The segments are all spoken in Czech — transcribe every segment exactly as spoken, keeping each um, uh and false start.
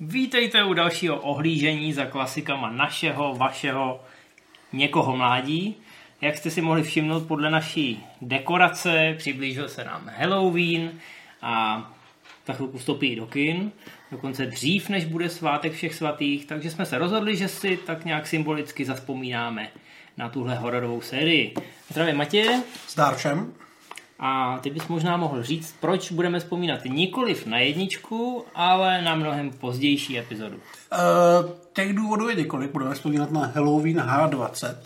Vítejte u dalšího ohlížení za klasikama našeho, vašeho, někoho mládí. Jak jste si mohli všimnout podle naší dekorace, přiblížil se nám Halloween a za chvilku vstoupí do kin, dokonce dřív, než bude svátek všech svatých, takže jsme se rozhodli, že si tak nějak symbolicky zazpomínáme na tuhle hororovou sérii. Zdravím Matěje. Zdar všem. A ty bys možná mohl říct, proč budeme vzpomínat nikoliv na jedničku, ale na mnohem pozdější epizodu. Uh, těch důvodů je několik. Budeme vzpomínat na Halloween H dvacet.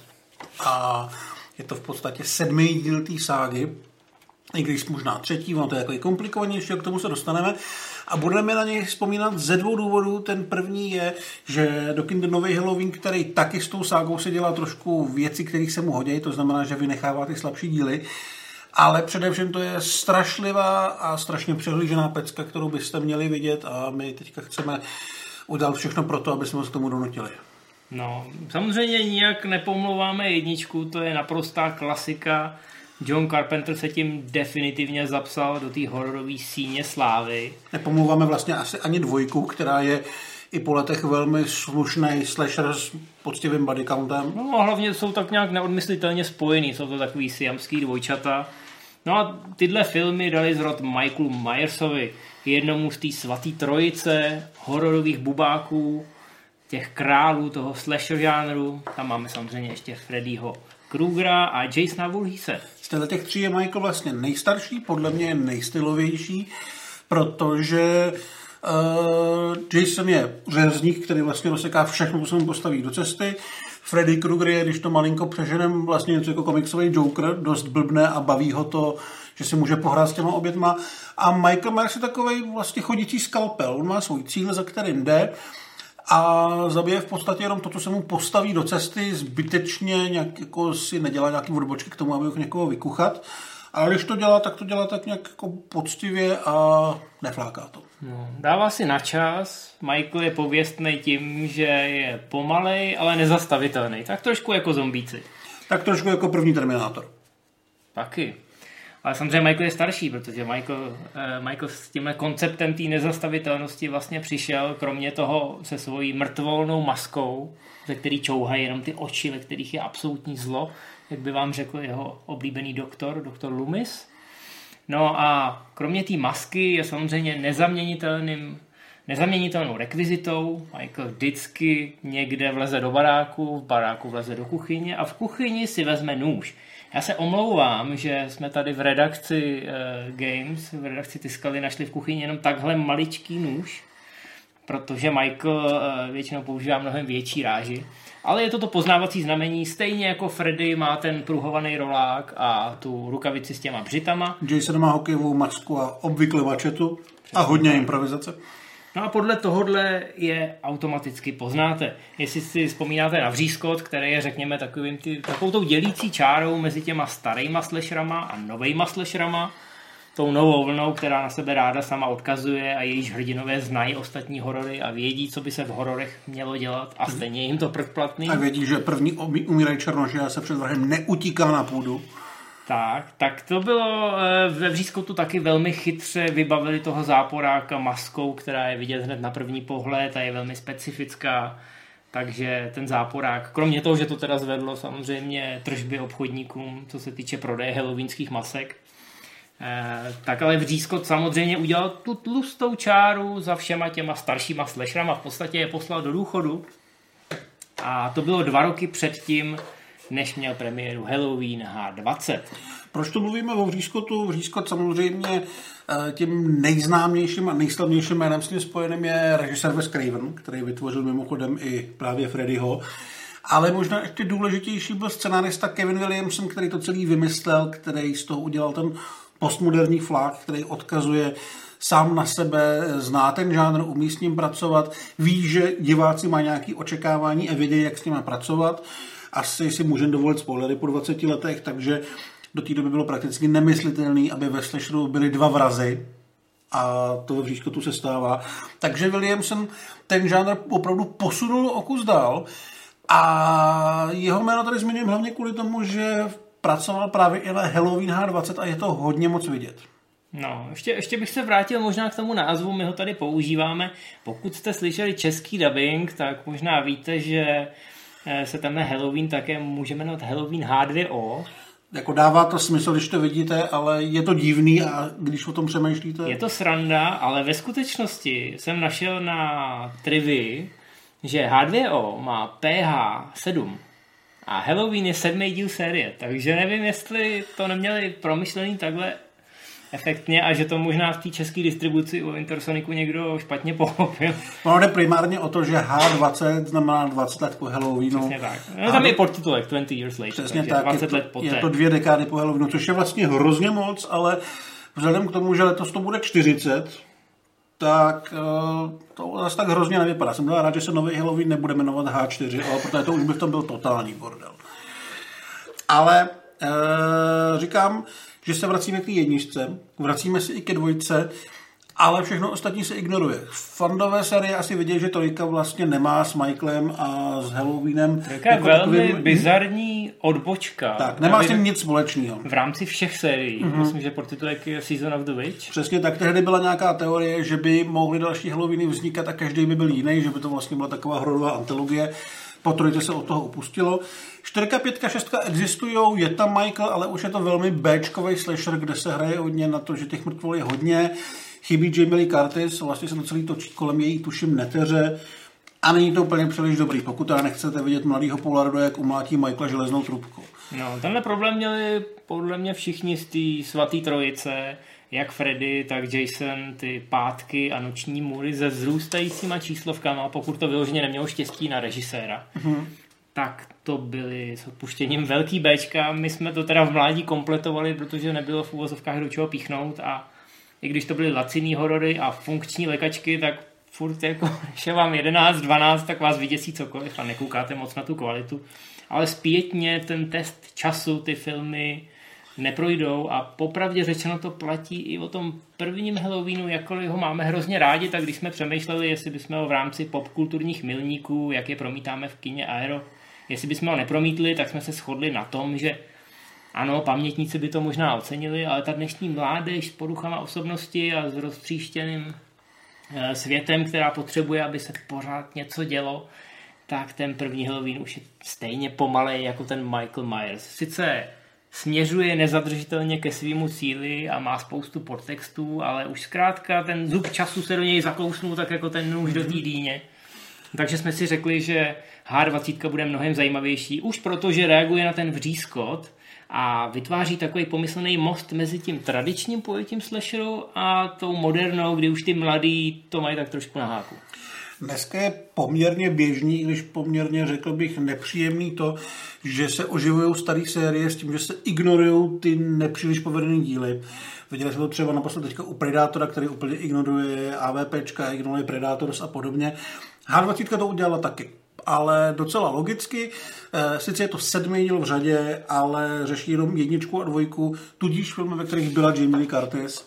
A je to v podstatě sedmý díl té ságy. I když možná třetí, ono to je takový komplikovanější, k tomu se dostaneme. A budeme na něj vzpomínat ze dvou důvodů. Ten první je, že dokud nový Halloween, který taky s tou ságou se dělá trošku věci, kterých se mu hodí, to znamená, že vynechává ty slabší díly. Ale především to je strašlivá a strašně přehlížená pecka, kterou byste měli vidět a my teďka chceme udělat všechno pro to, aby jsme se k tomu donutili. No, samozřejmě nijak nepomlouváme jedničku, to je naprostá klasika. John Carpenter se tím definitivně zapsal do té hororové síně slávy. Nepomlouváme vlastně asi ani dvojku, která je i po letech velmi slušný slasher s poctivým body countem. No a hlavně jsou tak nějak neodmyslitelně spojený, jsou to takový siamský dvojčata. No a tyhle filmy dali zrod Michaelu Myersovi, jednomu z té svatý trojice hororových bubáků, těch králů toho slasher žánru. Tam máme samozřejmě ještě Freddyho Krugera a Jasona Voorheese. Z těch tří je Michael vlastně nejstarší, podle mě je nejstylovější, protože uh, Jason je řezník, který vlastně rozseká všechno, co mu postaví do cesty. Freddy Krueger je, když to malinko přeženem, vlastně něco jako komiksový Joker, dost blbne a baví ho to, že si může pohrát s těma obětma. A Michael Myers je takovej vlastně chodící skalpel. On má svůj cíl, za kterým jde a zabije v podstatě jenom to, co se mu postaví do cesty, zbytečně nějak jako si nedělá nějaký odbočky k tomu, aby ho někoho vykuchat. Ale když to dělá, tak to dělá tak nějak jako poctivě a nefláká to. No, dává si na čas. Michael je pověstný tím, že je pomalej, ale nezastavitelný. Tak trošku jako zombíci. Tak trošku jako první Terminátor. Taky. Ale samozřejmě Michael je starší, protože Michael, eh, Michael s tímhle konceptem té nezastavitelnosti vlastně přišel, kromě toho se svojí mrtvolnou maskou, ze který čouhají jenom ty oči, ve kterých je absolutní zlo, jak by vám řekl jeho oblíbený doktor, doktor Loomis. No a kromě té masky je samozřejmě nezaměnitelným, nezaměnitelnou rekvizitou. Michael vždycky někde vleze do baráku, v baráku vleze do kuchyně a v kuchyni si vezme nůž. Já se omlouvám, že jsme tady v redakci uh, Games, v redakci Tiskaly našli v kuchyni jenom takhle maličký nůž, protože Michael uh, většinou používá mnohem větší ráži. Ale je to to poznávací znamení, stejně jako Freddy má ten pruhovaný rolák a tu rukavici s těma břitama. Jason má hokejovou masku a obvykle mačetu a hodně improvizace. No a podle tohohle je automaticky poznáte. Jestli si vzpomínáte na vřízkot, který je, řekněme, takovým ty, takovou tou dělící čárou mezi těma starýma slasherama a novejma slasherama, tou novou vlnou, která na sebe ráda sama odkazuje a jejíž hrdinové znají ostatní horory a vědí, co by se v hororech mělo dělat a stejně jim to predplatný. A vědí, že první umírají černoši a se před vrahem neutíká na půdu. Tak, tak to bylo ve vřízkotu taky velmi chytře vybavili toho záporáka maskou, která je vidět hned na první pohled a je velmi specifická. Takže ten záporák, kromě toho, že to teda zvedlo samozřejmě tržby obchodníkům, co se týče prodeje halloweenských masek, eh, tak ale vřízkot samozřejmě udělal tu tlustou čáru za všema těma staršíma slasherama. V podstatě je poslal do důchodu a to bylo dva roky předtím, než měl premiéru Halloween H dvacet. Proč to mluvíme o vřízkotu? Vřízkot samozřejmě tím nejznámějším a nejslavnějším jménem s tím spojeným je režisér Wes Craven, který vytvořil mimochodem i právě Freddyho. Ale možná ještě důležitější byl scenárista Kevin Williamson, který to celý vymyslel, který z toho udělal ten postmoderní flák, který odkazuje sám na sebe, zná ten žánr, umí s ním pracovat, ví, že diváci mají nějaké očekávání a vědí, jak s nimi pracovat. Asi si můžeme dovolit spoilery po dvaceti letech, takže do té doby bylo prakticky nemyslitelné, aby ve slasheru byly dva vrazy a to ve vřízkotu se stává. Takže Williamson ten žánr opravdu posunul o kus dál a jeho jméno tady zmiňuji hlavně kvůli tomu, že pracoval právě i na Halloween H dvacet a je to hodně moc vidět. No, ještě, ještě bych se vrátil možná k tomu názvu, my ho tady používáme. Pokud jste slyšeli český dubbing, tak možná víte, že se tenhle Halloween také může jmenovat Halloween H dva O. Jako dává to smysl, když to vidíte, ale je to divný a když o tom přemýšlíte... Je to sranda, ale ve skutečnosti jsem našel na trivii, že H dva O má P H sedm a Halloween je sedmý díl série, takže nevím, jestli to neměli promyšlený takhle efektně a že to možná v té české distribuci u Intersonicu někdo špatně pochopil. Ono jde primárně o to, že H dvacet znamená dvacet let po Halloweenu. Přesně tak. No, tam je podtitulek dvacet years later, přesně tak, dvacet je to, let poté. Je to dvě dekády po Halloweenu, což je vlastně hrozně moc, ale vzhledem k tomu, že letos to bude čtyřicet, tak uh, to zase tak hrozně nevypadá. Jsem byl rád, že se nový Halloween nebude jmenovat H čtyři, ale protože to už by v tom byl totální bordel. Ale uh, říkám, že se vracíme k té jedničce, vracíme se i ke dvojce, ale všechno ostatní se ignoruje. Fandové série asi vidějí, že trojka vlastně nemá s Michaelem a s Halloweenem. Trojka je jako velmi takovým... bizarní odbočka. Tak, nemá s tím nic společného. V rámci všech sérií. Mm-hmm. Myslím, že podtitulek je Season of the Witch. Přesně tak, tehdy byla nějaká teorie, že by mohly další Halloweeny vznikat a každý by byl jiný, že by to vlastně byla taková hororová antologie. Po trojce se od toho upustilo. Čtyřka, pětka, šestka existujou, je tam Michael, ale už je to velmi béčkovej slasher, kde se hraje hodně na to, že těch mrtvol je hodně. Chybí Jamie Lee Curtis, vlastně se to celý točí kolem její, tuším, neteře. A není to úplně příliš dobrý, pokud teda nechcete vidět mladýho Poularda, jak umlátí Michaela železnou trubkou. No, tenhle problém měli podle mě všichni z té svatý trojice, jak Freddy, tak Jason, ty pátky a noční můry se vzrůstajícíma číslovkama, pokud to vyloženě nemělo štěstí na režiséra. Mm-hmm. Tak to byly s odpuštěním velký Bčka. My jsme to teda v mládí kompletovali, protože nebylo v úvozovkách do čeho píchnout a i když to byly laciný horory a funkční lekačky, tak furt jako, když je vám jedenáct, dvanáct, tak vás vyděsí cokoliv a nekoukáte moc na tu kvalitu. Ale zpětně ten test času, ty filmy neprojdou a popravdě řečeno to platí i o tom prvním Halloweenu, jakkoliv ho máme hrozně rádi, tak když jsme přemýšleli, jestli bychom ho v rámci popkulturních milníků, jak je promítáme v kině Aero, jestli bychom ho nepromítli, tak jsme se shodli na tom, že ano, pamětníci by to možná ocenili, ale ta dnešní mládež s poruchama osobnosti a s roztříštěným světem, která potřebuje, aby se pořád něco dělo, tak ten první Halloween už je stejně pomalej jako ten Michael Myers. Sice směřuje nezadržitelně ke svýmu cíli a má spoustu podtextů, ale už zkrátka ten zub času se do něj zakousnul tak jako ten nůž do té dýně. Takže jsme si řekli, že H dvacet bude mnohem zajímavější, už protože reaguje na ten vřískot a vytváří takový pomyslný most mezi tím tradičním pojetím slasheru a tou modernou, kdy už ty mladí to mají tak trošku na háku. Dneska je poměrně běžný, když poměrně, řekl bych, nepříjemný to, že se oživují staré série s tím, že se ignorují ty nepříliš povedené díly. Viděli jsme to třeba naposled teďka u Predátora, který úplně ignoruje AVPčka, ignoruje Predators a podobně. H dvacet to udělala taky, ale docela logicky. Sice je to sedmý díl v řadě, ale řeší jenom jedničku a dvojku, tudíž filmy, ve kterých byla Jamie Lee Curtis.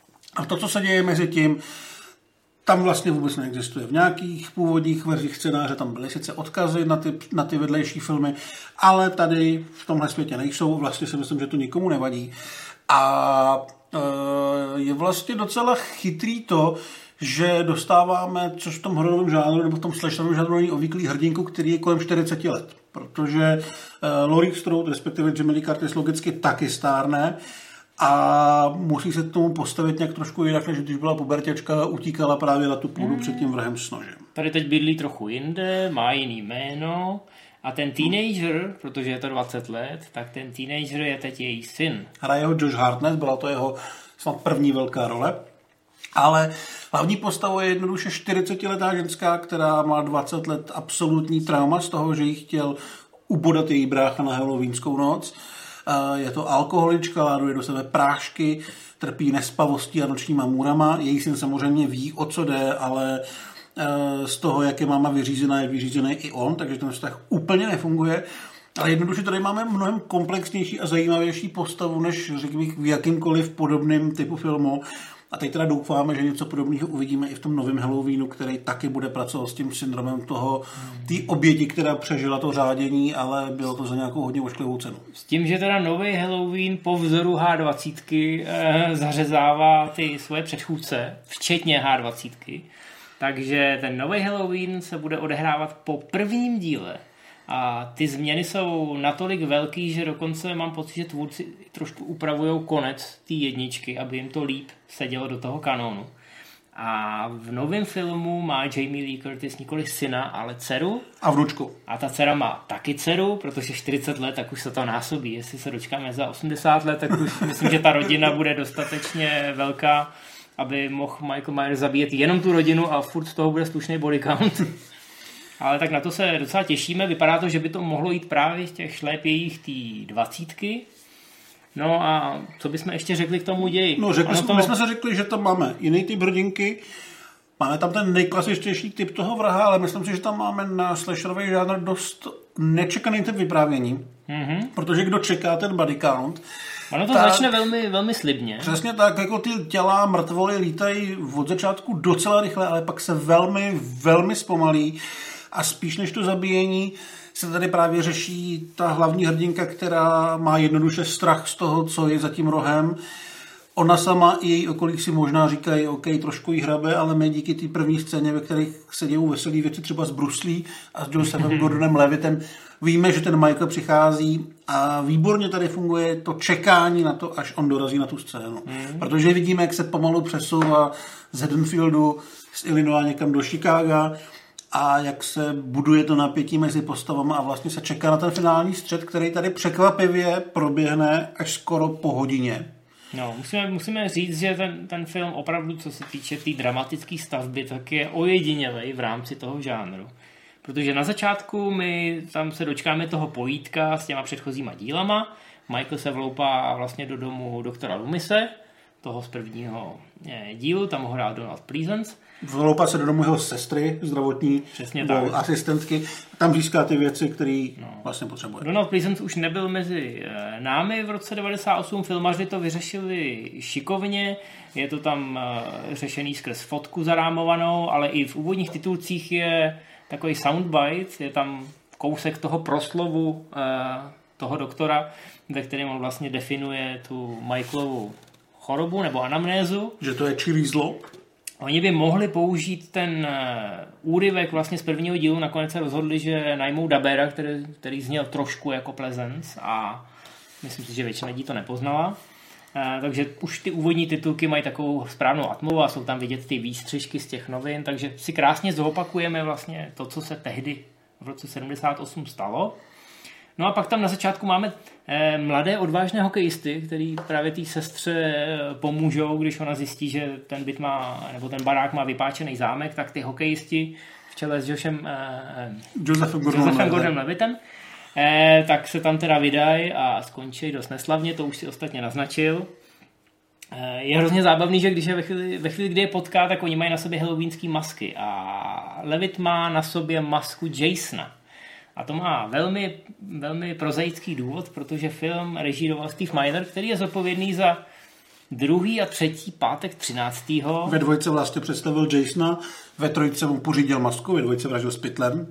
A to, co se děje mezi tím, tam vlastně vůbec neexistuje. V nějakých původních verzích scénáře tam byly sice odkazy na ty, na ty vedlejší filmy, ale tady v tomhle světě nejsou. Vlastně si myslím, že to nikomu nevadí. A e, je vlastně docela chytrý to, že dostáváme, což v tom hororovém žánru nebo v tom slasherovém žánru není obvyklý hrdinku, který je kolem čtyřicet let. Protože e, Laurie Strode, respektive Jamie Lee Curtis, logicky taky stárne a musí se k tomu postavit nějak trošku jinak, než když byla pubertěčka, utíkala právě na tu půdu hmm. před tím vrhem s nožem. Tady teď bydlí trochu jinde, má jiný jméno a ten teenager, protože je to dvacet let, tak ten teenager je teď její syn. Hraje ho Josh Hartnett, byla to jeho snad první velká role. Ale hlavní postavou je jednoduše čtyřicetiletá ženská, která má dvacet let absolutní trauma z toho, že jí chtěl ubodat její brácha na halloweenskou noc. Je to alkoholička, láduje do sebe prášky, trpí nespavostí a nočníma můrama. Její syn samozřejmě ví, o co jde, ale z toho, jak je máma vyřízená, je vyřízený i on, takže ten vztah úplně nefunguje. Ale jednoduše tady máme mnohem komplexnější a zajímavější postavu, než řekl bych v jakýmkoliv podobném typu filmu. A teď teda doufáme, že něco podobného uvidíme i v tom novém Halloweenu, který taky bude pracovat s tím syndromem toho, té oběti, která přežila to řádění, ale bylo to za nějakou hodně ošklivou cenu. S tím, že teda nový Halloween po vzoru há dvacet eh, zařezává ty svoje předchůdce, včetně há dvacet. Takže ten nový Halloween se bude odehrávat po prvním díle. A ty změny jsou natolik velký, že dokonce mám pocit, že tvůrci trošku upravujou konec té jedničky, aby jim to líp sedělo do toho kanónu. A v novém filmu má Jamie Lee Curtis nikoli syna, ale dceru. A vnučku. A ta dcera má taky dceru, protože čtyřicet let, tak už se to násobí. Jestli se dočkáme za osmdesát let, tak už myslím, že ta rodina bude dostatečně velká, aby mohl Michael Myers zabíjet jenom tu rodinu a furt z toho bude slušný body count. Ale tak na to se docela těšíme. Vypadá to, že by to mohlo jít právě z těch šlépějích té dvacítky. No a co bychom ještě řekli k tomu ději? No řekli jsme, to... my jsme se řekli, že tam máme jiný typ rodinky. Máme tam ten nejklasičtější typ toho vraha, ale myslím si, že tam máme na slasherový žánr dost nečekaný typ vyprávění. Mm-hmm. Protože kdo čeká ten body count... Ono to tak, začne velmi, velmi slibně. Přesně tak, jako ty těla mrtvoly lítají od začátku docela rychle, ale pak se velmi, velmi zpomalí. A spíš než to zabíjení se tady právě řeší ta hlavní hrdinka, která má jednoduše strach z toho, co je za tím rohem. Ona sama i její okolí si možná říkají, OK, trošku jí hrabe, ale my díky té první scéně, ve kterých se dějou veselý věci třeba s Bruce Lee a s Josephem Gordonem Levitem, víme, že ten Michael přichází a výborně tady funguje to čekání na to, až on dorazí na tu scénu. Mm. Protože vidíme, jak se pomalu přesouvá z Haddonfieldu, z Illinois někam do Chicaga, a jak se buduje to napětí mezi postavama a vlastně se čeká na ten finální střet, který tady překvapivě proběhne až skoro po hodině. No, musíme, musíme říct, že ten, ten film opravdu, co se týče té tý dramatické stavby, tak je ojedinělej v rámci toho žánru. Protože na začátku my tam se dočkáme toho pojítka s těma předchozíma dílama. Michael se vloupá vlastně do domu doktora Loomise, toho z prvního dílu, tam ho hrál Donald Pleasence. Vloupá se do domu jeho sestry zdravotní, přesně tak, asistentky. Tam získá ty věci, které no. vlastně potřebuje. Donald Pleasence už nebyl mezi námi v roce devadesát osm. Filmaři to vyřešili šikovně. Je to tam řešený skrz fotku zarámovanou, ale i v úvodních titulcích je takový soundbite. Je tam kousek toho proslovu toho doktora, ve kterém on vlastně definuje tu Michaelovu chorobu nebo anamnézu. Že to je čirý zlo. Oni by mohli použít ten úryvek vlastně z prvního dílu, nakonec se rozhodli, že najmou dabera, který, který zněl trošku jako Pleasence a myslím si, že většina lidí to nepoznala. Takže už ty úvodní titulky mají takovou správnou atmosféru a jsou tam vidět ty výstřižky z těch novin, takže si krásně zopakujeme vlastně to, co se tehdy v roce sedmdesát osm stalo. No a pak tam na začátku máme eh, mladé odvážné hokejisty, který právě té sestře eh, pomůžou, když ona zjistí, že ten byt má, nebo ten barák má vypáčený zámek, tak ty hokejisti v čele s Joshem, eh, Josephem Gordon Levitem, eh, tak se tam teda vydají a skončí dost neslavně, to už si ostatně naznačil. Eh, je hrozně zábavný, že když je ve chvíli, ve chvíli, kdy je potká, tak oni mají na sobě halloweenský masky a Levitt má na sobě masku Jasona. A to má velmi, velmi prozaický důvod, protože film režíroval Steve Miner, který je zodpovědný za druhý a třetí pátek třináctého Ve dvojce vlastně představil Jasona, ve trojce mu pořídil masku, ve dvojce vraždil s pytlem.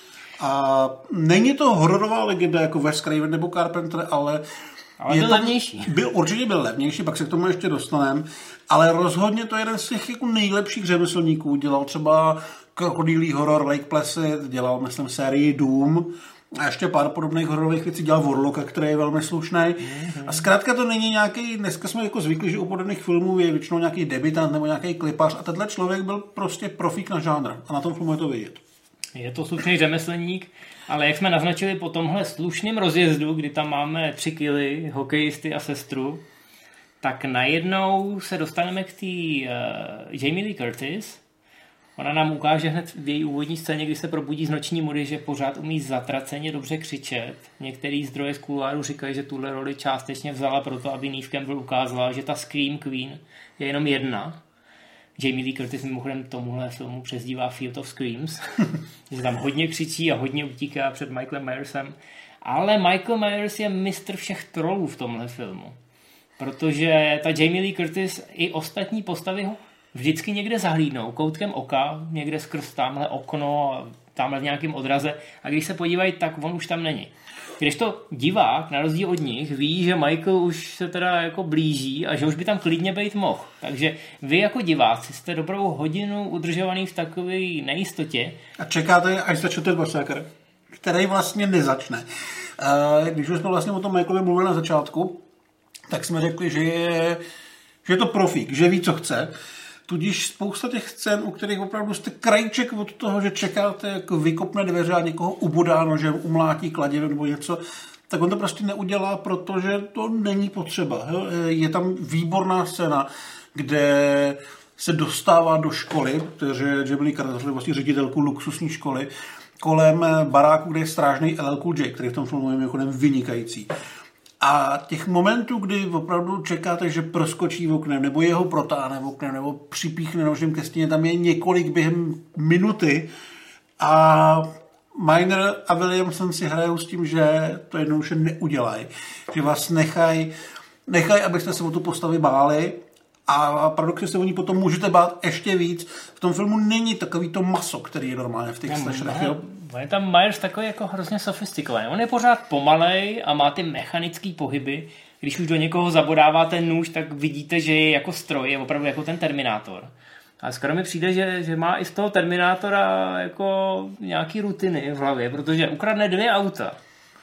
A není to hororová legenda jako Wes Craven nebo Carpenter, ale... Ale byl levnější. Byl, určitě byl levnější, pak se k tomu ještě dostaneme, ale rozhodně to je jeden z těch jako nejlepších řemeslníků. Dělal třeba krokodýlí horor Lake Placid, dělal, myslím, sérii Doom a ještě pár podobných hororových věcí. Dělal Warlocka, který je velmi slušný. Mm-hmm. A zkrátka to není nějaký, dneska jsme jako zvykli, že u podobných filmů je většinou nějaký debutant nebo nějaký klipař a tenhle člověk byl prostě profík na žánr a na tom filmu je to vidět. Je to slušný řemeslník, ale jak jsme naznačili po tomhle slušném rozjezdu, kdy tam máme tři kily, hokejisty a sestru, tak najednou se dostaneme k té uh, Jamie Lee Curtis. Ona nám ukáže hned v její úvodní scéně, kdy se probudí z noční mody, že pořád umí zatraceně dobře křičet. Některý zdroje z kuloáru říkají, že tuhle roli částečně vzala proto, aby Neve Campbell ukázala, že ta Scream Queen je jenom jedna. Jamie Lee Curtis mimochodem tomuhle filmu přezdívá Field of Screams, že tam hodně křičí a hodně utíká před Michaelem Myersem. Ale Michael Myers je mistr všech trolů v tomhle filmu. protože ta Jamie Lee Curtis i ostatní postavy ho vždycky někde zahlídnou, koutkem oka, někde skrz tamhle okno, tamhle v nějakém odraze a když se podívají, tak on už tam není. Když to divák, na rozdíl od nich, ví, že Michael už se teda jako blíží a že už by tam klidně být mohl. Takže vy jako diváci jste dobrou hodinu udržovaný v takové nejistotě. A čekáte, až začne ten masakr, který vlastně nezačne. Když už jsme vlastně o tom Michaelovi mluvili na začátku, tak jsme řekli, že je, že je to profík, že ví, co chce. Tudíž spousta těch scén, u kterých opravdu jste krajček od toho, že čekáte, jak vykopne dveře a někoho ubodá nožem, umlátí kladivem nebo něco, tak on to prostě neudělá, protože to není potřeba. Je tam výborná scéna, kde se dostává do školy, protože Jamie Lee Curtis je vlastně ředitelku luxusní školy, kolem baráku, kde je strážný L L Cool J, který v tom filmu je mimochodem vynikající. A těch momentů, kdy opravdu čekáte, že proskočí v oknem, nebo jeho protáhne v oknem, nebo připíchne nožem ke stěně, tam je několik během minuty a Miner a Williamson si hrajou s tím, že to jednoduše neudělají. Že vás nechají, nechaj, abyste se o tu postavy báli a paradoxně se o ní potom můžete bát ještě víc. V tom filmu není takový to maso, který je normálně v těch slasherech. Je tam Myers takový jako hrozně sofistikovaný. On je pořád pomalej a má ty mechanické pohyby. Když už do někoho zabodává ten nůž, tak vidíte, že je jako stroj, je opravdu jako ten Terminátor. A skoro mi přijde, že, že má i z toho Terminátora jako nějaký rutiny v hlavě, protože ukradne dvě auta.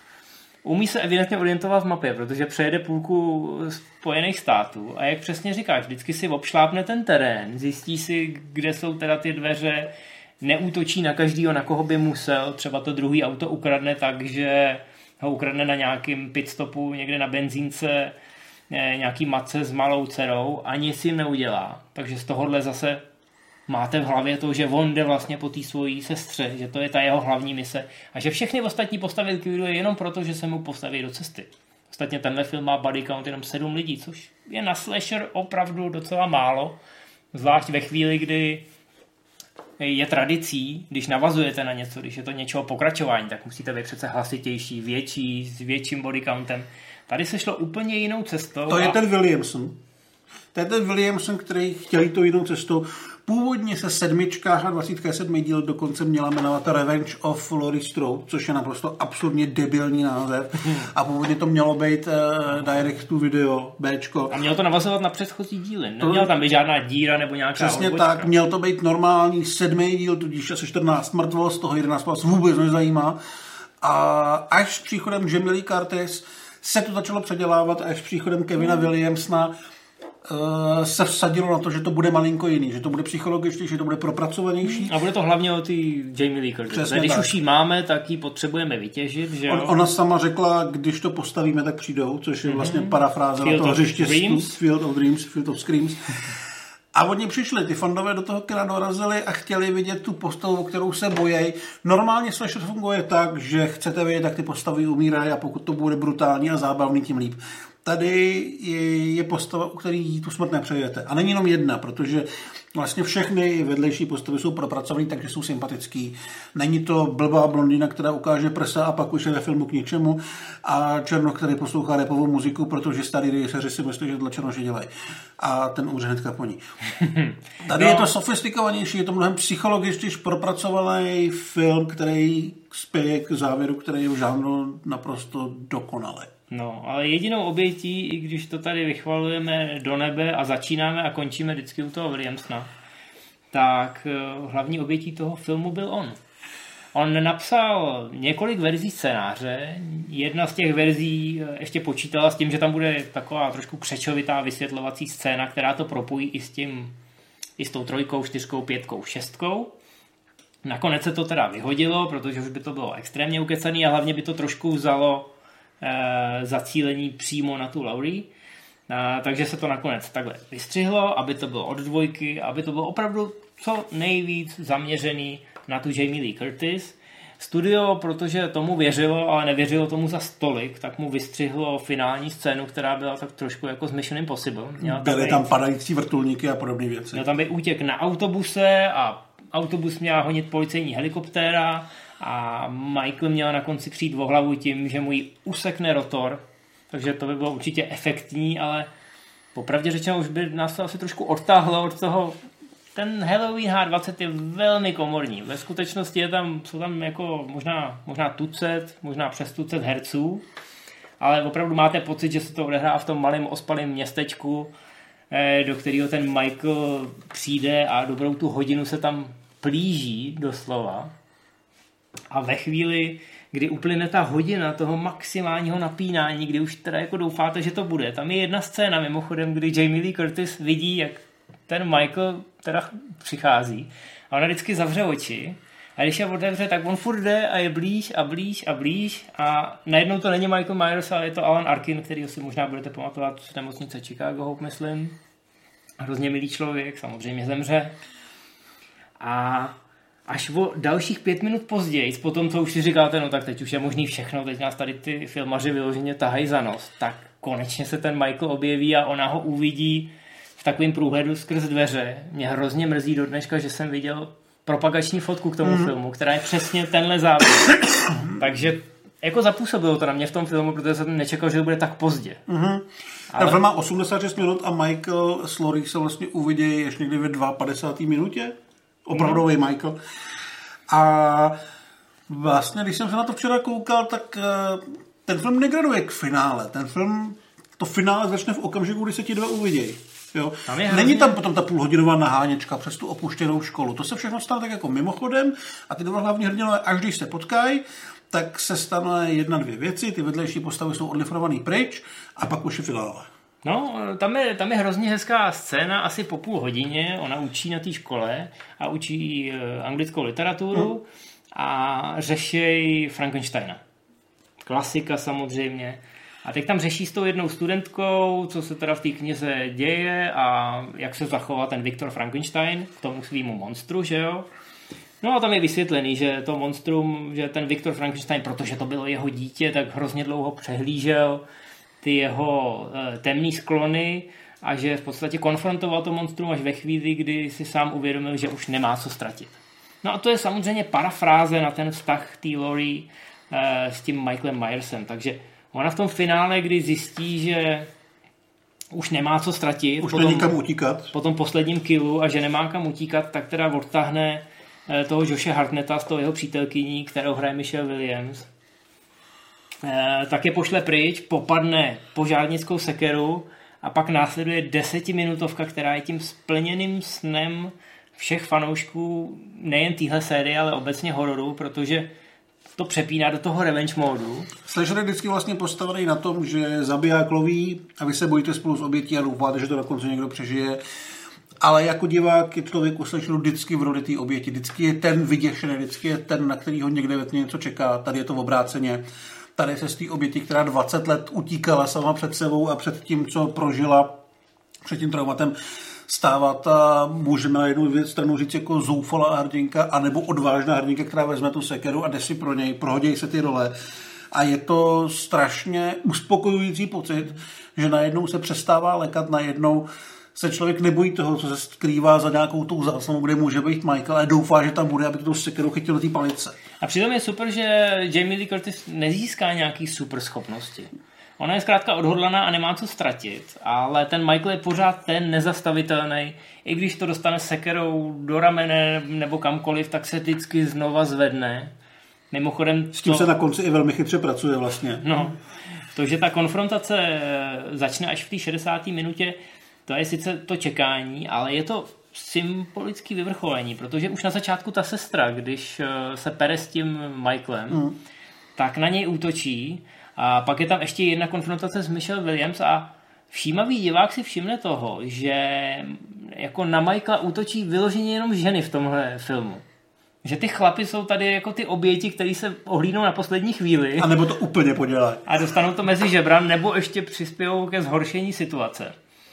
Umí se evidentně orientovat v mapě, protože přejede půlku Spojených států a jak přesně říkáš, vždycky si obšlápne ten terén, zjistí si, kde jsou teda ty dveře, neútočí na každýho, na koho by musel, třeba to druhý auto ukradne tak, že ho ukradne na nějakým pitstopu někde na benzínce, nějaký matce s malou dcerou a nic jim neudělá. Takže z tohohle zase máte v hlavě to, že on jde vlastně po té svojí sestře, že to je ta jeho hlavní mise a že všechny ostatní postavy likviduje jenom proto, že se mu postaví do cesty. Ostatně tenhle film má body count jenom sedm lidí, což je na slasher opravdu docela málo, zvlášť ve chvíli, kdy je tradicí, když navazujete na něco, když je to něčeho pokračování, tak musíte být přece hlasitější, větší, s větším body countem. Tady se šlo úplně jinou cestou. To a... je ten Williamson. To je ten Williamson, který chtěl jít tou jinou cestou. Původně se sedmička a dvacítka sedmý díl dokonce měla jmenovat Revenge of Laurie Strode, což je naprosto absurdně debilní název. A původně to mělo být uh, direct to video, Bčko. A mělo to navazovat na předchozí díly. Neměla tam být žádná díra nebo nějaká Přesně odbočka. tak, měl to být normální sedmý díl, tudíž asi čtrnáct mrtvol, z toho jedenáct vás vůbec nezajímá. A až s příchodem Jamie Lee Curtis se to začalo předělávat, až s příchodem Kevina hmm. Williamsona Uh, se vsadilo na to, že to bude malinko jiný, že to bude psychologičtější, že to bude propracovanější. A bude to hlavně o té Jamie Lee Curtis. Když tak. Už ji máme, tak ji potřebujeme vytěžit. Že On, ona sama řekla, když to postavíme, tak přijdou, což je vlastně mm-hmm. parafráze na toho hřiště Field of Dreams, Field of Screams. A oni přišli, ty fandové do toho kina dorazili a chtěli vidět tu postavu, o kterou se bojejí. Normálně slasher funguje tak, že chcete vědět, jak ty postavy umírají a pokud to bude brutální a zábavný, tím líp. Tady je, je postava, u který tu smrt nepřejete. A není jenom jedna, protože vlastně všechny vedlejší postavy jsou propracované, takže jsou sympatický. Není to blbá blondýna, která ukáže prsa a pak už je ve filmu k ničemu a černoch, který poslouchá rapovou muziku, protože starý režiséři si myslí, že dla černoši dělají. A ten umře hnedka po ní. Tady no. je to sofistikovanější, je to mnohem psychologičtější propracovaný film, který spěje k závěru, který je v žánru naprosto dokonalý. No, ale jedinou obětí, i když to tady vychvalujeme do nebe a začínáme a končíme vždycky u toho Williamsona, tak hlavní obětí toho filmu byl on. On napsal několik verzí scénáře, jedna z těch verzí ještě počítala s tím, že tam bude taková trošku křečovitá vysvětlovací scéna, která to propojí i s tím, i s tou trojkou, čtyřkou, pětkou, šestkou. Nakonec se to teda vyhodilo, protože už by to bylo extrémně ukecaný a hlavně by to trošku vzalo zacílení přímo na tu Laurie. Takže se to nakonec takhle vystřihlo, aby to bylo od dvojky, aby to bylo opravdu co nejvíc zaměřený na tu Jamie Lee Curtis. Studio, protože tomu věřilo, ale nevěřilo tomu za stolik, tak mu vystřihlo finální scénu, která byla tak trošku jako z Mission Impossible. Byly tam padající vrtulníky a podobné věci. Měl tam být útěk na autobuse a autobus měla honit policejní helikoptéra a Michael měl na konci přijít o hlavu tím, že mu ji usekne rotor, takže to by bylo určitě efektní, ale popravdě řečeno už by nás to asi trošku odtáhlo od toho. Ten Halloween H dvacet je velmi komorní. Ve skutečnosti je tam, jsou tam jako možná, možná tucet, možná přes tucet herců, ale opravdu máte pocit, že se to odehrává v tom malém ospalém městečku, do kterého ten Michael přijde a dobrou tu hodinu se tam plíží doslova. A ve chvíli, kdy uplyne ta hodina toho maximálního napínání, kdy už teda jako doufáte, že to bude. Tam je jedna scéna mimochodem, kdy Jamie Lee Curtis vidí, jak ten Michael teda přichází a ona vždycky zavře oči a když je otevře, tak on furt jde a je blíž a blíž a blíž a najednou to není Michael Myers, ale je to Alan Arkin, kterýho si možná budete pamatovat z nemocnice Chicago Hope, myslím. Hrozně milý člověk, samozřejmě zemře. A až o dalších pět minut později, po tom, co už si říkáte, no tak teď už je možný všechno, teď nás tady ty filmaři vyloženě tahají za nos, tak konečně se ten Michael objeví a ona ho uvidí v takovém průhledu skrz dveře. Mě hrozně mrzí do dneška, že jsem viděl propagační fotku k tomu mm. filmu, která je přesně tenhle záběr. Takže jako zapůsobilo to na mě v tom filmu, protože jsem nečekal, že to bude tak pozdě. Mm-hmm. Ale... Ten film má osmdesát šest minut a Michael s Laurie se vlastně uvidí ještě někdy ve padesát dva minutě. Opravdový mm. Michael. A vlastně, když jsem se na to včera koukal, tak ten film negraduje k finále. Ten film, to finále začne v okamžiku, kdy se ti dva uvidějí. Jo. Tam Není hrozně... tam potom ta půlhodinová naháněčka přes tu opuštěnou školu. To se všechno stane tak jako mimochodem a ty dva hlavní hrdinové, až když se potkají, tak se stane jedna, dvě věci, ty vedlejší postavy jsou odliferovaný pryč a pak už je finále. No, tam je, tam je hrozně hezká scéna, asi po půl hodině, ona učí na té škole a učí anglickou literaturu hmm. a řešej Frankensteina. Klasika samozřejmě. A teď tam řeší s tou jednou studentkou, co se teda v té knize děje a jak se zachová ten Viktor Frankenstein k tomu svýmu monstru, že jo. No a tam je vysvětlený, že to monstrum, že ten Viktor Frankenstein, protože to bylo jeho dítě, tak hrozně dlouho přehlížel ty jeho e, temné sklony a že v podstatě konfrontoval to monstrum až ve chvíli, kdy si sám uvědomil, že už nemá co ztratit. No a to je samozřejmě parafráze na ten vztah té Laurie e, s tím Michaelem Myersem, takže ona v tom finále, kdy zjistí, že už nemá co ztratit, už není kam utíkat, po tom posledním killu a že nemá kam utíkat, tak teda odtáhne toho Joshe Hartnetta s tou jeho přítelkyní, kterou hraje Michelle Williams. E, tak je pošle pryč, popadne požárnickou sekeru a pak následuje desetiminutovka, která je tím splněným snem všech fanoušků nejen téhle série, ale obecně hororu, protože to přepíná do toho revenge módu. Slasher je vždycky vlastně postavený na tom, že zabiják loví a vy se bojíte spolu s obětí a doufáte, že to dokonce někdo přežije. Ale jako divák je člověk u slasheru vždycky v roli té oběti. Vždycky je ten vyděšený, vždycky je ten, na kterýho někde ve tmě něco čeká. Tady je to obráceně. Tady se z té oběti, která dvacet let utíkala sama před sebou a před tím, co prožila, před tím traumatem, stávat a můžeme na jednu stranu říct jako zoufalá hrdinka anebo odvážná hrdinka, která vezme tu sekeru a jde si pro něj, prohodějí se ty role. A je to strašně uspokojující pocit, že najednou se přestává lekat, najednou se člověk nebojí toho, co se skrývá za nějakou tou zásanou, kde může být Michael, ale doufá, že tam bude, aby tu sekeru chytil do té palice. A přitom je super, že Jamie Lee Curtis nezíská nějaký super schopnosti. Ona je zkrátka odhodlaná a nemá co ztratit, ale ten Michael je pořád ten nezastavitelný. I když to dostane sekerou do ramene nebo kamkoliv, tak se vždycky znova zvedne. Mimochodem... S tím to... se na konci i velmi chytře pracuje vlastně. No, to, že ta konfrontace začne až v té šedesáté minutě, to je sice to čekání, ale je to symbolické vyvrcholení, protože už na začátku ta sestra, když se pere s tím Michaelem, mm. tak na něj útočí. A pak je tam ještě jedna konfrontace s Michelle Williams a všímavý divák si všimne toho, že jako na Michaela útočí vyloženě jenom ženy v tomhle filmu. Že ty chlapy jsou tady jako ty oběti, který se ohlídnou na poslední chvíli. A nebo to úplně podělají. A dostanou to mezi žebra, nebo ještě přispějou ke zhoršení situace.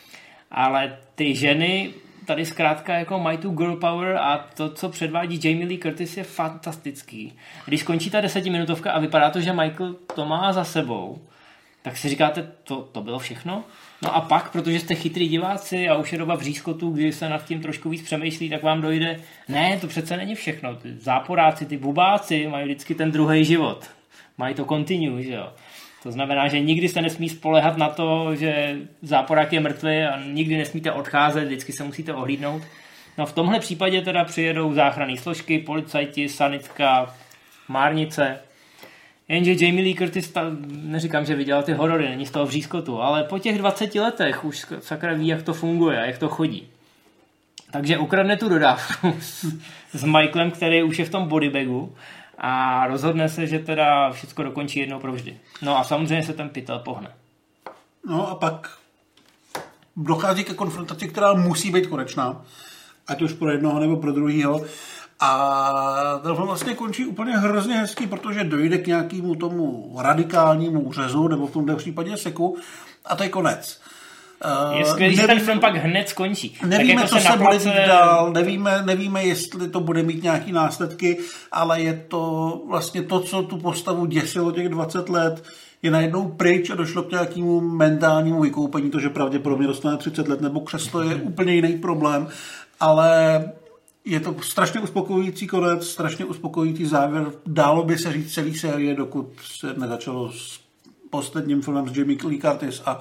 Ale ty ženy tady zkrátka jako mají tu girl power a to, co předvádí Jamie Lee Curtis, je fantastický. Když skončí ta desetiminutovka a vypadá to, že Michael to má za sebou, tak si říkáte, to, to bylo všechno? No a pak, protože jste chytrý diváci a už je doba vřízkotu, kdy se nad tím trošku víc přemýšlí, tak vám dojde, ne, to přece není všechno. Ty záporáci, ty bubáci mají vždycky ten druhý život. Mají to continue, že jo. To znamená, že nikdy se nesmí spoléhat na to, že záporák je mrtvý a nikdy nesmíte odcházet, vždycky se musíte ohlídnout. No v tomhle případě teda přijedou záchranné složky, policajti, sanitka, márnice. Jenže Jamie Lee Curtis, ta, neříkám, že viděla ty horory, není z toho vřízkotu, ale po těch dvaceti letech už sakra ví, jak to funguje, jak to chodí. Takže ukradne tu dodávku s, s Michaelem, který už je v tom bodybagu a rozhodne se, že teda všechno dokončí jednou provždy. No a samozřejmě se ten pytel pohne. No a pak dochází ke konfrontaci, která musí být konečná. Ať už pro jednoho nebo pro druhýho. A ten film vlastně končí úplně hrozně hezký, protože dojde k nějakému tomu radikálnímu řezu, nebo v tomhle případě seku, a to je konec. Je skvělý, že ten film pak hned skončí. Nevíme, tak co jako se, se bude place... dít dál, nevíme, nevíme, jestli to bude mít nějaký následky, ale je to vlastně to, co tu postavu děsilo těch dvacet let, je najednou pryč a došlo k nějakému mentálnímu vykoupení, to, že pravděpodobně dostane třicet let nebo křeslo, je úplně jiný problém, ale je to strašně uspokojující konec, strašně uspokojující závěr. Dálo by se říct celý série, dokud se nezačalo s posledním filmem s Jamie Lee Curtis a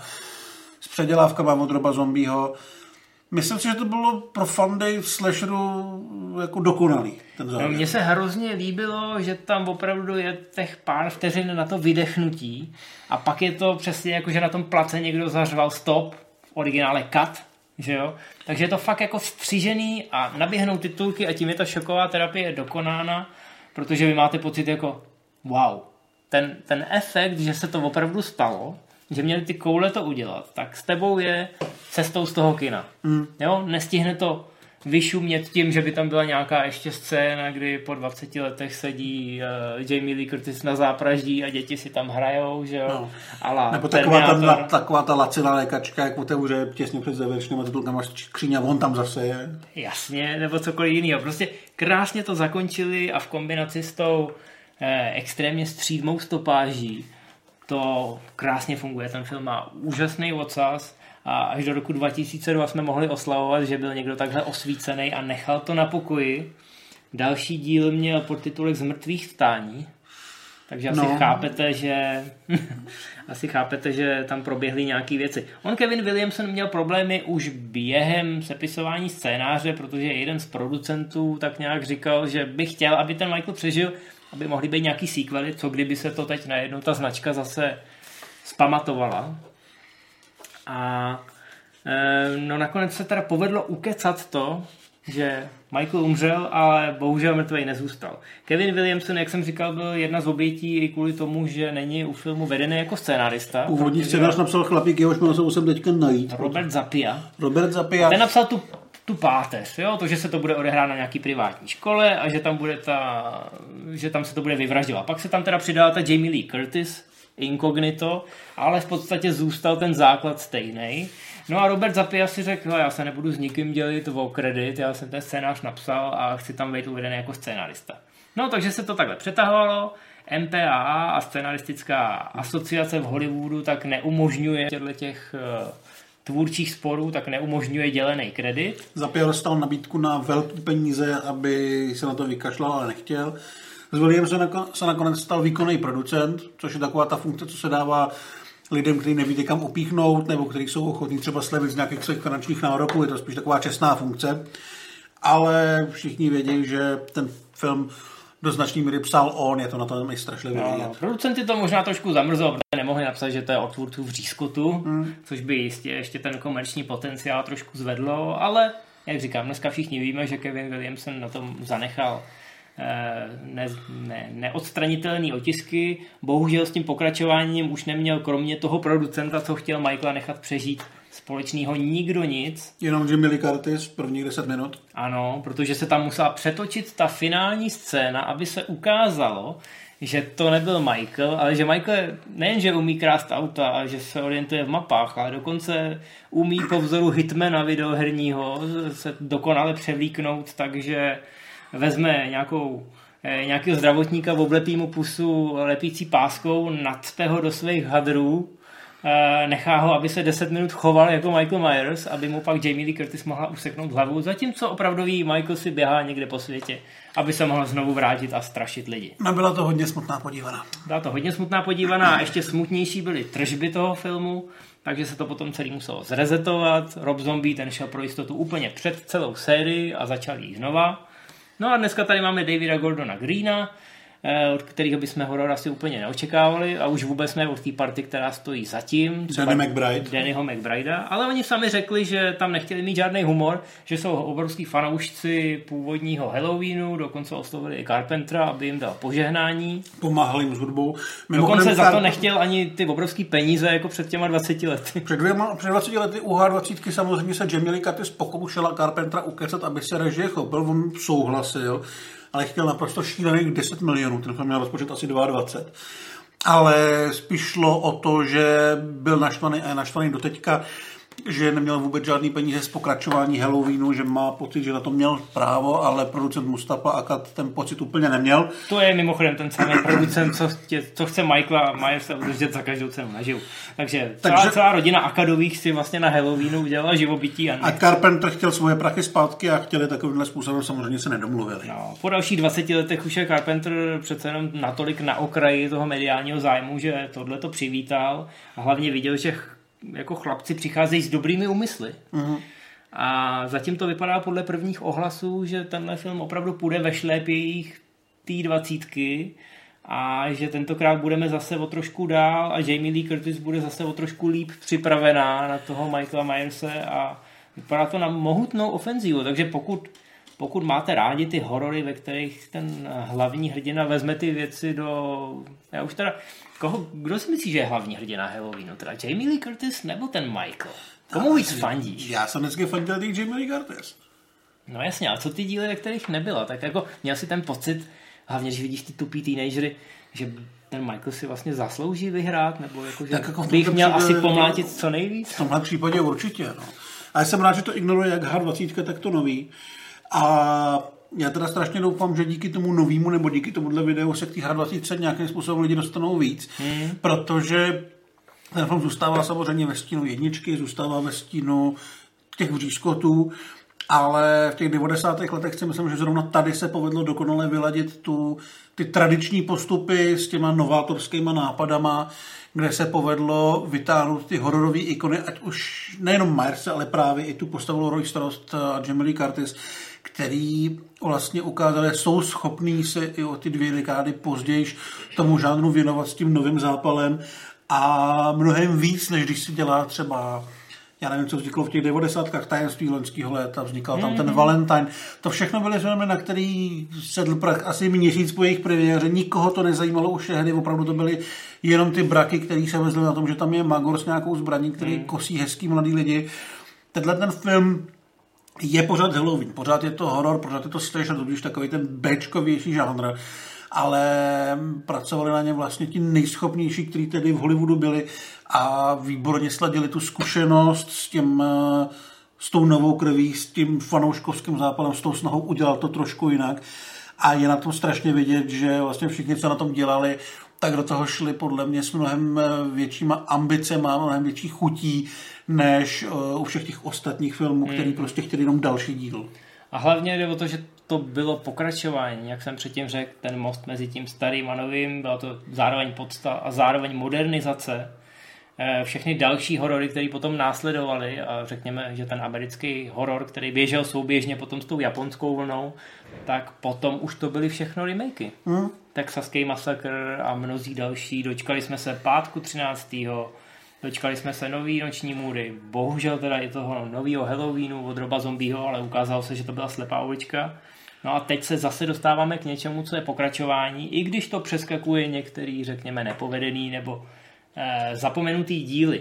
s předělávkama od Roba Zombieho. Myslím si, že to bylo pro fandy slasheru jako dokonalý. Ten závěr. No, mně se hrozně líbilo, že tam opravdu je těch pár vteřin na to vydechnutí a pak je to přesně jako, že na tom place někdo zařval stop, v originále cut, že jo? Takže je to fakt jako střížený a naběhnou titulky a tím je ta šoková terapie dokonána, protože vy máte pocit jako wow, ten, ten efekt, že se to opravdu stalo, že měli ty koule to udělat, tak s tebou je cestou z toho kina. Mm. Jo? Nestihne to vyšumět tím, že by tam byla nějaká ještě scéna, kdy po dvaceti letech sedí uh, Jamie Lee Curtis na zápraží a děti si tam hrajou, že jo? No. Ala, nebo taková ta, na, taková ta laciná lékačka, jak otevře těsně před závěrečnýma titulkama skříň a on tam zase je. Jasně, nebo cokoliv jiného. Prostě krásně to zakončili a v kombinaci s tou eh, extrémně střídmou stopáží to krásně funguje. Ten film má úžasný odsaz a až do roku dva tisíce dva jsme mohli oslavovat, že byl někdo takhle osvícený a nechal to na pokoji. Další díl měl podtitulek Z mrtvých vstání, takže asi no. chápete, že asi chápete, že tam proběhly nějaké věci. On Kevin Williamson měl problémy už během sepisování scénáře, protože jeden z producentů tak nějak říkal, že by chtěl, aby ten Michael přežil, aby mohly být nějaký sequely, co kdyby se to teď najednou ta značka zase zpamatovala. A e, no nakonec se teda povedlo ukecat to, že Michael umřel, ale bohužel mrtvej nezůstal. Kevin Williamson, jak jsem říkal, byl jedna z obětí i kvůli tomu, že není u filmu vedený jako scénárista. Původní scénář napsal chlapík, jehož jméno se musím teďka najít. Robert Zappia. Robert Zappia. Ten napsal tu tu páteř, jo? To, že se to bude odehrát na nějaký privátní škole a že tam bude ta, že tam se to bude vyvražďovat. Pak se tam teda přidala ta Jamie Lee Curtis, inkognito, ale v podstatě zůstal ten základ stejný. No a Robert Zappia si řekl, já se nebudu s nikým dělit o kredit, já jsem ten scénář napsal a chci tam být uvedený jako scénárista. No takže se to takhle přetahovalo, M P A A a scenaristická asociace v Hollywoodu tak neumožňuje těchto těch tvůrčích sporů, tak neumožňuje dělený kredit. Zappia dostal nabídku na velký peníze, aby se na to vykašlal, ale nechtěl. S Williamsem se nakonec stal výkonný producent, což je taková ta funkce, co se dává lidem, kteří neví kam opíchnout, nebo kteří jsou ochotní třeba slevit z nějakých svých finančních nároků. Je to spíš taková čestná funkce. Ale všichni vědí, že ten film do značný míry psal on, je to na tom i strašlivě no, vidět. No, producenty to možná trošku zamrzlo, protože nemohli napsat, že to je od tvůrců Vřízkotu, hmm. což by jistě ještě ten komerční potenciál trošku zvedlo, ale jak říkám, dneska všichni víme, že Kevin Williamson na tom zanechal eh, ne, ne, neodstranitelný otisky. Bohužel s tím pokračováním už neměl kromě toho producenta, co chtěl Michaela nechat přežít, společného nikdo nic. Jenom Jamie Lee Curtis prvních deset minut. Ano, protože se tam musela přetočit ta finální scéna, aby se ukázalo, že to nebyl Michael, ale že Michael nejenže umí krást auta a že se orientuje v mapách, ale dokonce umí po vzoru hitmana videoherního se dokonale převlíknout, takže vezme nějakou, nějakého zdravotníka, oblepí mu pusu lepící páskou, nacpe ho do svých hadrů, nechá ho, aby se deset minut choval jako Michael Myers, aby mu pak Jamie Lee Curtis mohla useknout hlavu, zatímco opravdový Michael si běhá někde po světě, aby se mohl znovu vrátit a strašit lidi. No, byla to hodně smutná podívaná. Byla to hodně smutná podívaná a ještě smutnější byly tržby toho filmu, takže se to potom celý muselo zrezetovat. Rob Zombie ten šel pro jistotu úplně před celou sérii a začal jí znova. No a dneska tady máme Davida Gordona Greena, od kterého bychom horor asi úplně neočekávali a už vůbec ne od té party, která stojí zatím. Danny McBride. Dannyho McBridea, ale oni sami řekli, že tam nechtěli mít žádný humor, že jsou obrovský fanoušci původního Halloweenu, dokonce oslovili i Carpentera, aby jim dal požehnání. Pomáhali jim s hudbou. Dokonce za to nechtěl ani ty obrovský peníze jako před těma dvaceti lety. Před, dvěma, před dvaceti lety u H dvacet samozřejmě se Jamie Lee Curtis pokoušela Carpentera ukecat, aby se režie chopil, on souhlasil, ale chtěl naprosto šílených deset milionů, ten film měl rozpočet asi dvacet dva. Ale spíš šlo o to, že byl naštvaný a je naštvaný doteďka, že neměl vůbec žádný peníze z pokračování Halloweenu, že má pocit, že na to měl právo, ale producent Mustafa Akkad ten pocit úplně neměl. To je mimochodem ten samý producent, co, tě, co chce Michaela Myersa udržet za každou cenu naživu. Takže celá, Takže celá rodina Akkadových si vlastně na Halloweenu udělala živobytí. A, a Carpenter chtěl svoje prachy zpátky a chtěli takovýmhle způsobem, samozřejmě se nedomluvili. No, po dalších dvaceti letech už je Carpenter přece jenom natolik na okraji toho mediálního zájmu, že tohle to přivítal a hlavně viděl, že jako chlapci přicházejí s dobrými úmysly. Uh-huh. A zatím to vypadá podle prvních ohlasů, že tenhle film opravdu půjde ve šlépějích té dvacítky a že tentokrát budeme zase o trošku dál a Jamie Lee Curtis bude zase o trošku líp připravená na toho Michaela Myerse a vypadá to na mohutnou ofenzivu. Takže pokud, pokud máte rádi ty horory, ve kterých ten hlavní hrdina vezme ty věci do... Já už teda... Koho, kdo si myslí, že je hlavní hrdina Halloweenu? Teda Jamie Lee Curtis nebo ten Michael? Komu víc fandíš? Já jsem vždycky fandil tý Jamie Lee Curtis. No jasně, a co ty díly, ve kterých nebyla? Tak jako měl si ten pocit, hlavně když vidíš ty tupý teenagery, že ten Michael si vlastně zaslouží vyhrát, nebo jako, že tak jako bych měl případě, asi pomlátit co nejvíc? V tomhle případě určitě, no. A já jsem rád, že to ignoruje jak H dvacet, tak to nový. A já teda strašně doufám, že díky tomu novému nebo díky tomuhle videu se k té H dvacet nějakým způsobem lidi dostanou víc, hmm. protože ten film zůstává samozřejmě ve stínu jedničky, zůstává ve stínu těch vřízkotů, ale v těch devadesátých letech si myslím, že zrovna tady se povedlo dokonale vyladit tu, ty tradiční postupy s těma novátorskýma nápadama, kde se povedlo vytáhnout ty hororové ikony, ať už nejenom Myerse, ale právě i tu postavu Roy Strauss a Jamie Lee Curtis, který vlastně ukázali, jsou schopní se i o ty dvě dekády později tomu žánru věnovat s tím novým zápalem a mnohem víc, než když si dělá třeba, já nevím, co vzniklo v těch devadesátkách, Tajemství loňského léta, vznikal tam ten Valentine. To všechno byly filmy, na který sedl prach asi měsíc po jejich premiéře. Nikoho to nezajímalo už tehdy, opravdu to byly jenom ty braky, který se vezly na tom, že tam je magor s nějakou zbraní, který hmm. kosí hezký mladý lidi. Tenhle ten film je pořád Halloween, pořád je to horor, pořád je to slasher, to už takový ten béčkovější žánr, ale pracovali na něm vlastně ti nejschopnější, kteří tedy v Hollywoodu byli a výborně sladili tu zkušenost s tím, s tou novou krví, s tím fanouškovským zápalem, s tou snahou udělat to trošku jinak a je na tom strašně vidět, že vlastně všichni, co na tom dělali, tak do toho šli podle mě s mnohem většíma ambicema, mnohem větší chutí, než u všech těch ostatních filmů, který hmm. prostě chtěli jenom další díl. A hlavně jde o to, že to bylo pokračování, jak jsem předtím řekl, ten most mezi tím starým a novým, byla to zároveň podsta a zároveň modernizace. Všechny další horory, které potom následovaly a řekněme, že ten americký horor, který běžel souběžně potom s tou japonskou vlnou, tak potom už to byly všechno remakey. Hmm. Texaský masakr a mnozí další. Dočkali jsme se pátku třináctého Dočkali jsme se nový Noční můry. Bohužel teda i toho nového Halloweenu od Roba Zombieho, ale ukázalo se, že to byla slepá ulička. No a teď se zase dostáváme k něčemu, co je pokračování, i když to přeskakuje některý, řekněme, nepovedený nebo eh, zapomenutý díly.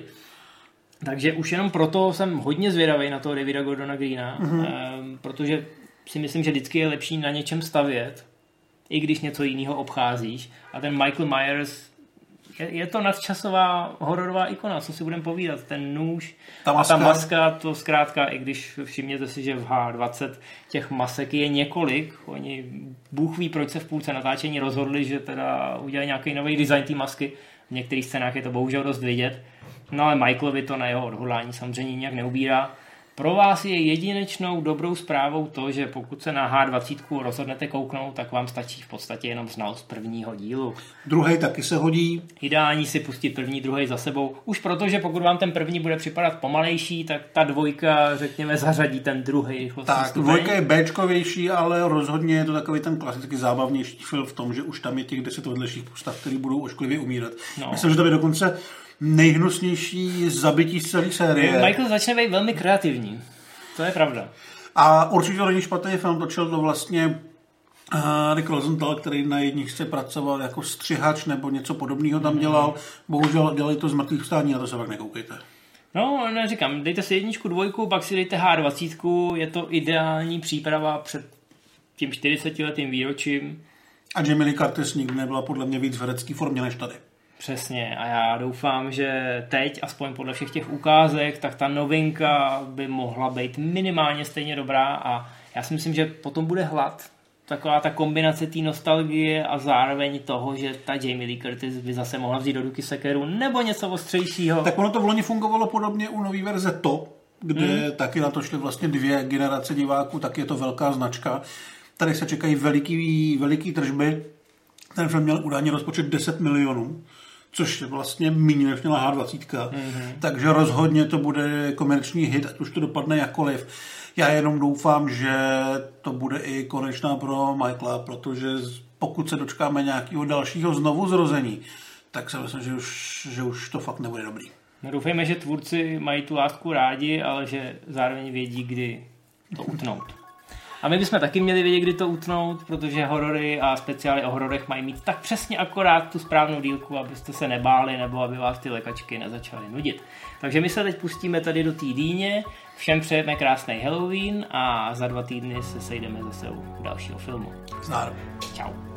Takže už jenom proto jsem hodně zvědavý na toho Davida Gordona Greena, mm-hmm. eh, protože si myslím, že vždycky je lepší na něčem stavět, i když něco jiného obcházíš. A ten Michael Myers, je, je to nadčasová hororová ikona, co si budeme povídat. Ten nůž ta a ta maska, to zkrátka, i když všimněte si, že v H dvacet těch masek je několik, oni Bůh ví, proč se v půlce natáčení rozhodli, že teda udělají nějaký nový design té masky. V některých scénách je to bohužel dost vidět. No ale Michaelovi to na jeho odhodlání samozřejmě nijak neubírá. Pro vás je jedinečnou dobrou zprávou to, že pokud se na há dvacet rozhodnete kouknout, tak vám stačí v podstatě jenom znalost prvního dílu. Druhý taky se hodí. Ideální si pustit první, druhý za sebou. Už protože pokud vám ten první bude připadat pomalejší, tak ta dvojka, řekněme, zařadí ten druhý. Tak, stupeň. Dvojka je béčkovější, ale rozhodně je to takový ten klasický zábavnější film v tom, že už tam je těch deset vedlejších postav, které budou ošklivě umírat. No. Myslím, že to by dokonce nejhnusnější zabití z celé série. Michael začne být velmi kreativní. To je pravda. A určitě to není špatný film, točil to vlastně uh, Rick Rosenthal, který na jedničce pracoval jako střihač nebo něco podobného tam dělal. Bohužel dělali to z mrtvých vstání, a to se pak nekoukejte. No, neříkám, dejte si jedničku, dvojku, pak si dejte há dvacet, je to ideální příprava před tím čtyřicetiletým výročím. A Jamie Lee Curtis nikdy nebyla podle mě víc v herecké formě než tady. Přesně a já doufám, že teď, aspoň podle všech těch ukázek, tak ta novinka by mohla být minimálně stejně dobrá a já si myslím, že potom bude hlad. Taková ta kombinace té nostalgie a zároveň toho, že ta Jamie Lee Curtis by zase mohla vzít do ruky sekeru nebo něco ostřejšího. Tak ono to v loni fungovalo podobně u nový verze To, kde hmm. taky na to šly vlastně dvě generace diváků, tak je to velká značka. Tady se čekají veliký, veliký tržby. Ten film měl údajně rozpočet deset milionů. Což je vlastně méně než měla há dvacet. Mm-hmm. Takže rozhodně to bude komerční hit, ať už to dopadne jakkoliv. Já jenom doufám, že to bude i konečná pro Michaela, protože pokud se dočkáme nějakého dalšího znovuzrození, tak si myslím, že už, že už to fakt nebude dobrý. No doufejme, že tvůrci mají tu lásku rádi, ale že zároveň vědí, kdy to utnout. A my bychom taky měli vědět, kdy to utnout, protože horory a speciály o hororech mají mít tak přesně akorát tu správnou dílku, abyste se nebáli nebo aby vás ty lékačky nezačaly nudit. Takže my se teď pustíme tady do té dýně, všem přejeme krásný Halloween a za dva týdny se sejdeme zase u dalšího filmu. Zdar. Čau.